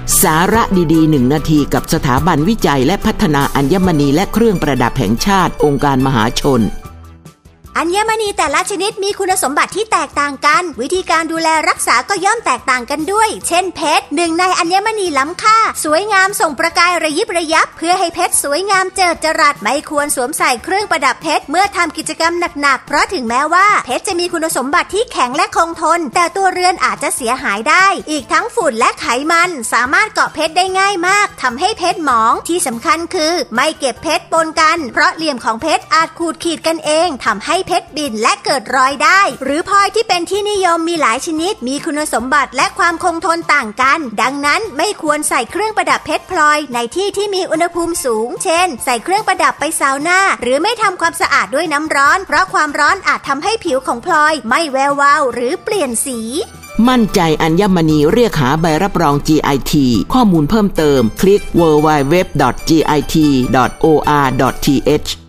สาระดีๆ1 นาทีกับสถาบันวิจัยและพัฒนาอัญมณีและเครื่องประดับแห่งชาติองค์การมหาชนอัญมณีแต่ละชนิดมีคุณสมบัติที่แตกต่างกันวิธีการดูแลรักษาก็ย่อมแตกต่างกันด้วยเช่นเพชรหนึ่งในอัญมณีล้ำค่าสวยงามส่งประกายระยิบระยับเพื่อให้เพชรสวยงามเจิดจรัสไม่ควรสวมใส่เครื่องประดับเพชรเมื่อทำกิจกรรมหนักๆเพราะถึงแม้ว่าเพชรจะมีคุณสมบัติที่แข็งและคงทนแต่ตัวเรือนอาจจะเสียหายได้อีกทั้งฝุ่นและไขมันสามารถเกาะเพชรได้ง่ายมากทำให้เพชรหมองที่สำคัญคือไม่เก็บเพชรปนกันเพราะเหลี่ยมของเพชรอาจขูดขีดกันเองทำให้เพชรบินและเกิดรอยได้หรือพลอยที่เป็นที่นิยมมีหลายชนิดมีคุณสมบัติและความคงทนต่างกันดังนั้นไม่ควรใส่เครื่องประดับเพชรพลอยในที่ที่มีอุณหภูมิสูงเช่นใส่เครื่องประดับไปซาวน่าหรือไม่ทำความสะอาดด้วยน้ำร้อนเพราะความร้อนอาจทำให้ผิวของพลอยไม่แวววาวหรือเปลี่ยนสีมั่นใจอัญมณีเรียกหาใบรับรอง GIT ข้อมูลเพิ่มเติมคลิก www.git.or.th